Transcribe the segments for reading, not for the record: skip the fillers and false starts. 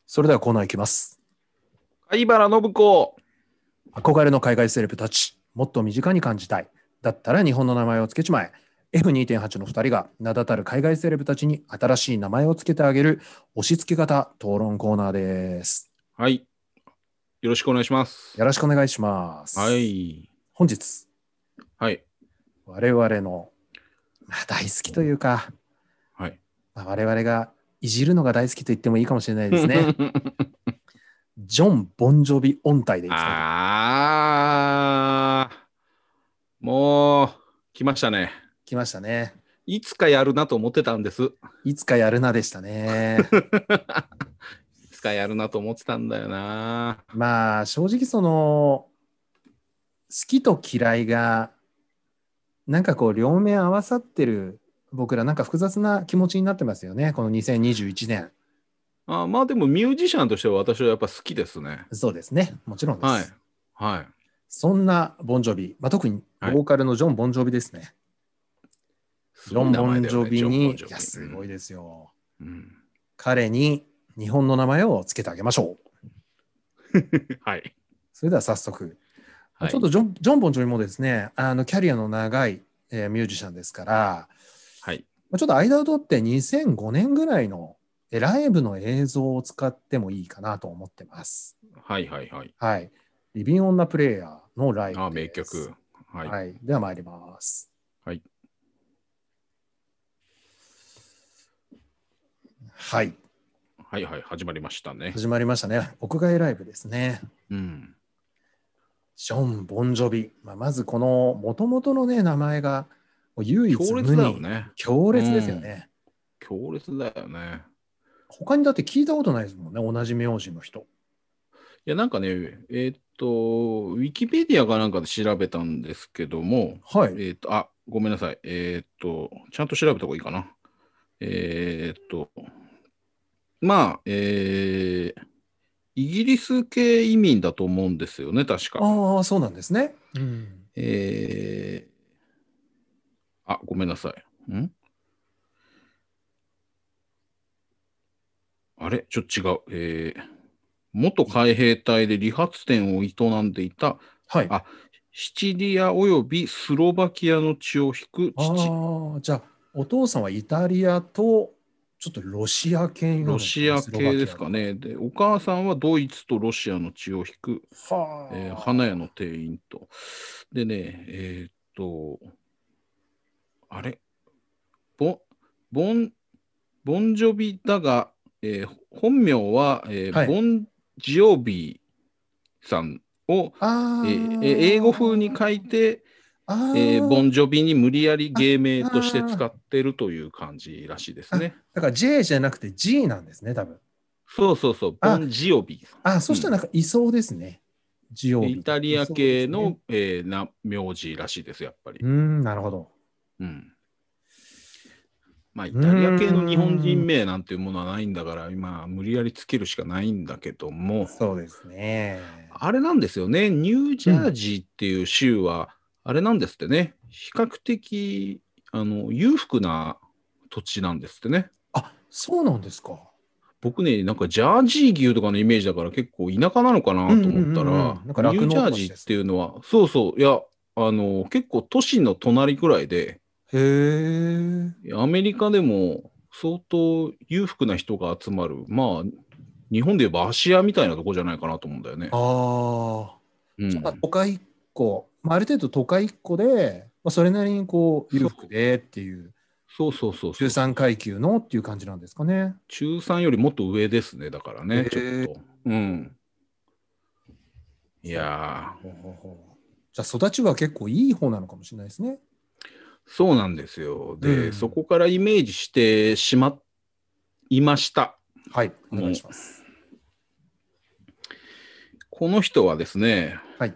それではコーナーいきます。 貝原信子。 憧れの海外セレブたち、もっと身近に感じたい。だったら日本の名前を付けちまえ。F2.8 の2人が名だたる海外セレブたちに新しい名前を付けてあげる押し付け型討論コーナーです。 はい。よろしくお願いします。 よろしくお願いします。 はい。 本日、 はい。 我々の、大好きというか、 はい。 我々がいじるのが大好きと言ってもいいかもしれないですね。ジョン・ボンジョビ音体でいきたいと思います。 もう、来ましたね。 来ましたね。 いつかやるなと思ってたんです。 いつかやるなでしたね。 いつかやるなと思ってたんだよな。 正直好きと嫌いがなんかこう両面合わさってる僕らなんか複雑な気持ちになってますよね、この2021年。 でもミュージシャンとしては私はやっぱ好きですね。 そうですね、もちろんではい。 す。 はい。 そんなボンジョビ、特にボーカルのジョン・ボンジョビですね。 すごい名前だよね、 ジョン・ボンジョビに、 ジョンボンジョビ。 いや、すごいですよ。 彼に日本の名前をつけてあげましょう。 はい。 それでは早速、 はい、 ちょっとジョン・ボンジョビもですね、キャリアの長い、ミュージシャンですから、 はい、 ちょっと間を取って2005年ぐらいのライブの映像を使ってもいいかなと思ってます。 はいはいはい。 はい。リビンオンナプレイヤーのライブです。 名曲。はい。 はい。では参ります。 はい。 はい。 はいはい、始まりましたね。 始まりましたね。屋外ライブですね。ジョン・ボンジョビ。まずこの元々のね、名前が唯一無二。強烈だよね。強烈ですよね。 強烈だよね。 他にだって聞いたことないですもんね、同じ名字の人。 いや、なんかね、ウィキペディアかなんかで調べたんですけども、 はい。 ごめんなさい。ちゃんと調べた方がいいかな。イギリス系移民だと思うんですよね、確か。 ああ、そうなんですね。 ごめんなさい。あれちょっと違う。元海兵隊で理髪店を営んでいた、 はい。 シチリアおよびスロバキアの血を引く父。 じゃあ、お父さんはイタリアと、ちょっとロシア系になるんですかね、 ロシア系ですかね。で、お母さんはドイツとロシアの血を引く、花屋の店員と。でね、あれボンジョビだが、本名は、ボンジョビさんを、英語風に書いて、ボンジョビに無理やり芸名として使ってるという感じらしいですね。 だから J じゃなくて G なんですね、多分。 そうそうそう、ボンジオビ。 そしたらなんかいそうですね。ジオビ。 イタリア系の、名字らしいです、やっぱり。 なるほど。 イタリア系の日本人名なんていうものはないんだから、今、無理やりつけるしかないんだけども。 そうですね。 あれなんですよね。ニュージャージーっていう州は、あれなんですってね。比較的、裕福な土地なんですってね。 そうなんですか。 僕ね、なんかジャージー牛とかのイメージだから結構田舎なのかなと思ったら、ニュージャージーっていうのは、そうそう、いや、結構都市の隣くらいで、アメリカでも相当裕福な人が集まる、日本で言えば芦屋みたいなとこじゃないかなと思うんだよね。 都会っ子、ある程度都会っ子で、それなりにこう裕福でっていう。 そう中産階級のっていう感じなんですかね。 中産よりもっと上ですね、だからね、ちょっと。いやじゃあ育ちは結構いい方なのかもしれないですね。 そうなんですよ。で、そこからイメージしてしまいました。 はい、お願いします。 この人はですね、 はい。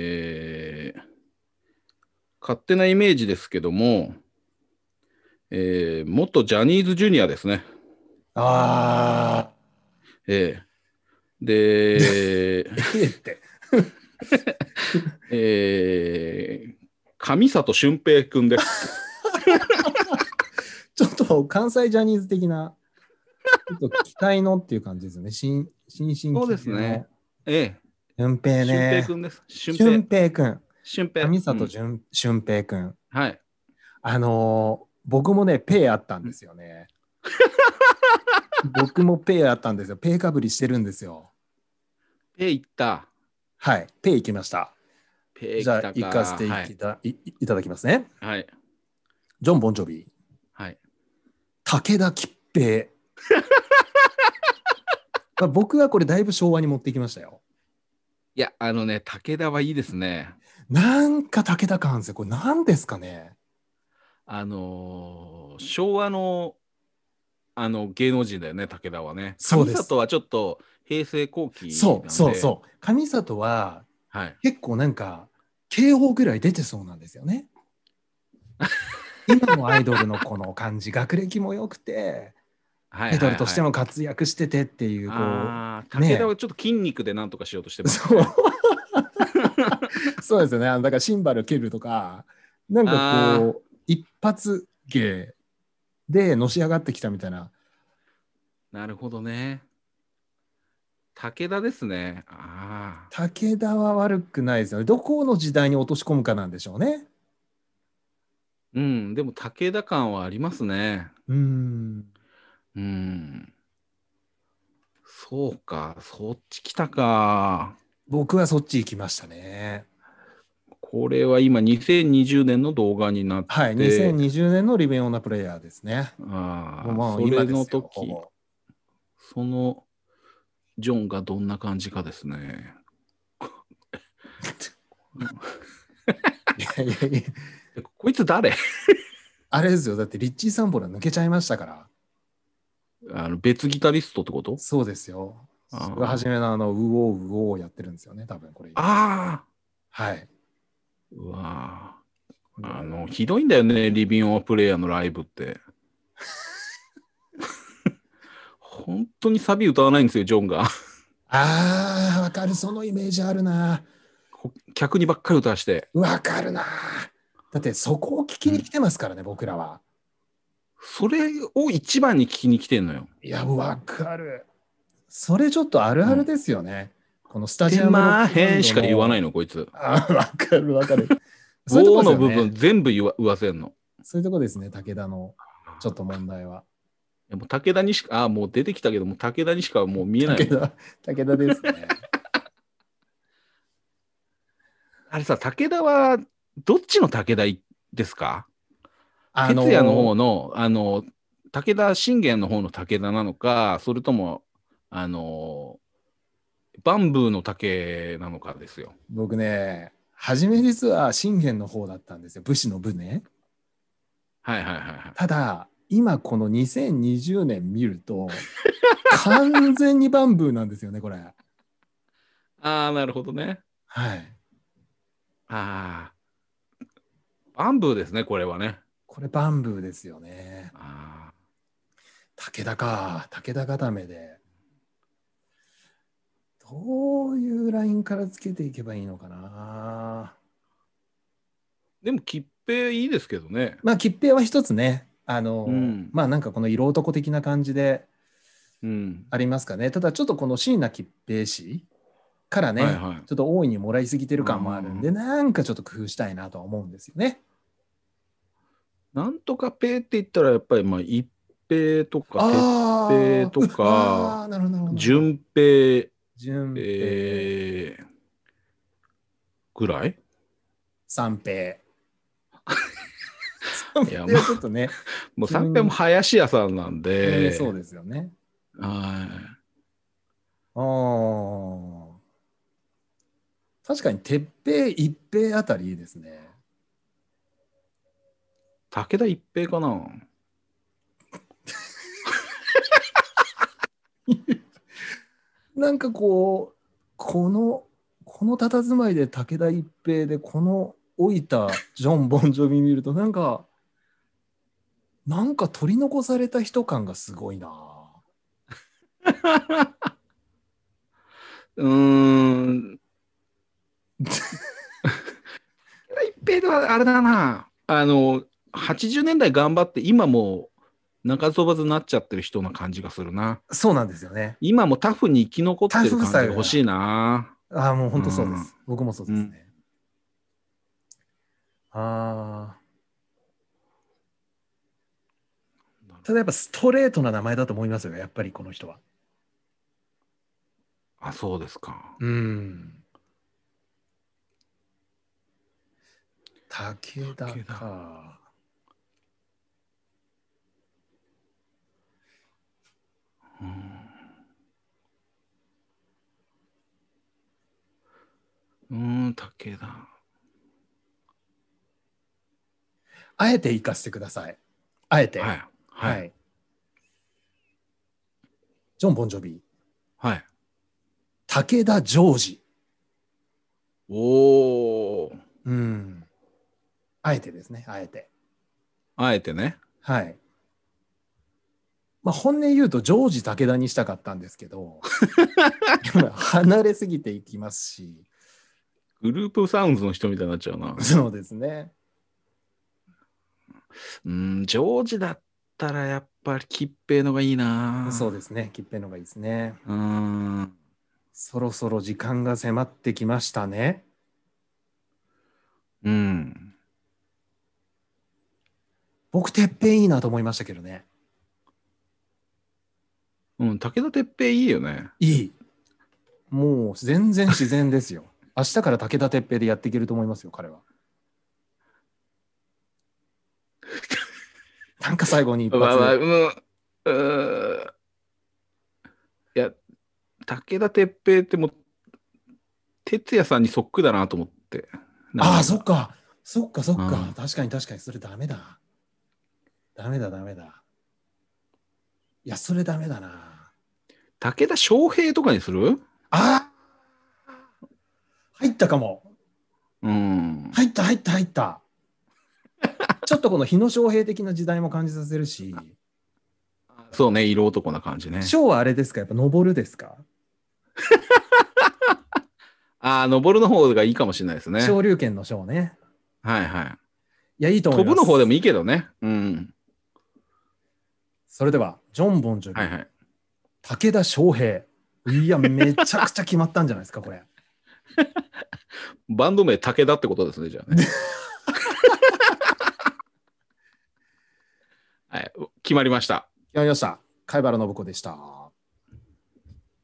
勝手なイメージですけども、元ジャニーズジュニアですね。で、上里俊平君です。 ちょっと関西ジャニーズ的な。 ちょっと期待のっていう感じですよね。新進気そうで鋭のすね。ええ。 俊平俊平ね。 くんです。俊俊平。 平くん。 俊平。 上うん。 里俊平くん。 はい。 僕もね、ペイあったんですよね。僕もペイあったんですよ。ペイかぶりしてるんですよ。 ペイ行った。 はい。ペイ行きました。じゃあ、 ペイ来た行かせか。はい。 ていただきますね。 はい。 ジョン・ボンジョビ、 はい。 武田吉平。僕はこれだいぶ昭和に持ってきましたよ。 いや、武田はいいですね。 なんか武田感ですよ。これ何ですかね。 昭和の、芸能人だよね、武田はね。 そうです。 上里はちょっと平成後期そうなんで、 そう。上里ははい。 結構なんか、警報ぐらい出てそうなんですよね。今のアイドルのこの感じ、学歴も良くて、 はいアイドルはいはい。 としても活躍しててっていう、 武田ねはちょっと筋肉でなんとかしようとしてえ、そう、 ますよね。 そうですよね。だからシンバル蹴るとか、なんかあ一発芸でのし上がってきたみたいな。 なるほどね。武田ですね。ああ。 武田は悪くないですよね。どこの時代に落とし込むかなんでしょうね。 うん、でも武田感はありますね。 うーん。 うん。そうか、そっち来たか。 僕はそっち行きましたね。 これは今2020年の動画になっはい、 て、 2020年のリベンオーナプレイヤーですね。もうもうそれの今ですよ、ほ時、 ぼ。 そのジョンがどんな感じかですね。 いやいやいや、 こいつ誰？ あれですよ、だってリッチー・サンボラ抜けちゃいましたから。 別ギタリストってこと？ そうですよ。それが初あめのウオーウオーやってるんですよね、多分これ今。 あはい。 ー、うわいやいや。 ひどいんだよね、リビンオアプレイヤーのライブって。本当にサビ歌わないんですよ、ジョンが。 ああ、わかる、そのイメージあるな。 客にばっかり歌わして。 わかるな。だってそこを聞きに来うん。 てますからね、僕らは。 それを一番に聞きに来てんのよ。 いや、わかる。それちょっとあるうん。 あるですよね。このスタジてアムロッまへクバンドんしか言わないの、 の、こいつ。 わかるわかる。そういうとこ 5 ですの部分よね。 全部言わせんの。 そういうとこですね、武田のちょっと問題は。 でも武田にしか、もう出てきたけども、武田にしかもう見えないもん。 武田、武田ですね。 あれさ、武田は、どっちの武田ですか？ あ哲也の方のの、武田信玄の方の武田なのか、それとも、あの、バンブーの武なのかですよ。 僕ね、初め実は信玄の方だったんですよ、武士の武ね。 はいはいはいはい。 ただ、今この2020年見ると、完全にバンブーなんですよね、これ。 ああ、なるほどね。 はい。 ああ、バンブーですね、これはね。 これバンブーですよね。 あ武田か、武田固めで。どういうラインからつけていけばいいのかな。 でも、吉平いいですけどね。 まあ、吉平は一つね、 うん。 まあなんかこの色男的な感じでうん。 ありますかね。ただちょっとこの椎名桔平氏からね、 はいはい。 ちょっと大いにもらいすぎてるあ感もあるんで、 ーなんかちょっと工夫したいなとは思うんですよね。 なんとかペイって言ったら、やっぱり、まあ、一平とか、鉄平ああ、 とか、 なるほど、なるほど、なるほど。 順平、 順平、 ぐらい。 三平。三いや、 平はちょっとね、 もう三平も急に、 林家さんなんで、 そうですよね。 はああ、確かに鉄平、一平あたりいいですね。 い。武田一平かな。 なんかこの佇まいで武田一平で、この老いたジョン・ボンジョビ見ると、なんか取り残された人感がすごいな。 うーん。武田一平はあれだな。80年代頑張って、今もう鳴かず飛ばずになっちゃってる人な感じがするな。 そうなんですよね。 今もタフに生き残ってる感じが欲しいな。 ああ、もう本当そうです。僕もそうですね。ただやっぱストレートな名前だと思いますよ、やっぱりこの人は。 あ、そうですか。 武田か。 武田。 あえて行かせてください。あえて。 はい。はい。 ジョン・ボンジョビ。 はい。 武田ジョージ。 おー。 あえてですね、あえて。 あえてね。 はい。まあ、本音言うと、ジョージ武田にしたかったんですけど、離れすぎていきますし。 グループサウンズの人みたいになっちゃうな。 そうですね。 ジョージだったらやっぱり吉平のがいいな。 そうですね。吉平のがいいですね。そろそろ時間が迫ってきましたね。僕、てっぺんいいなと思いましたけどね。 武田鉄平いいよね。 いい。もう全然自然ですよ。明日から武田鉄平でやっていけると思いますよ、彼は。なんか最後に一発いや、武田鉄平ってもう、哲也さんにそっくだなと思って。 ああ、そっか。そっか、そっか。確かに確かに、それダメだ。ダメだ、ダメだ。いや、それダメだな。 武田翔平とかにする？ ああ、入ったかも。 入った、入った、入った。ちょっとこの日野翔平的な時代も感じさせるし。 そうね、色男な感じね。 翔はあれですか？やっぱ登るですか？ ああ、登るの方がいいかもしれないですね。 昇竜拳の翔ね。 はいはい。 いや、いいと思います。 飛ぶの方でもいいけどね。 それでは、ジョン・ボンジョビ、 はいはい、 武田翔平。いや、めちゃくちゃ決まったんじゃないですか、これ。 バンド名武田ってことですね、じゃあね。はい、決まりました。 決まりました。貝原信子でした。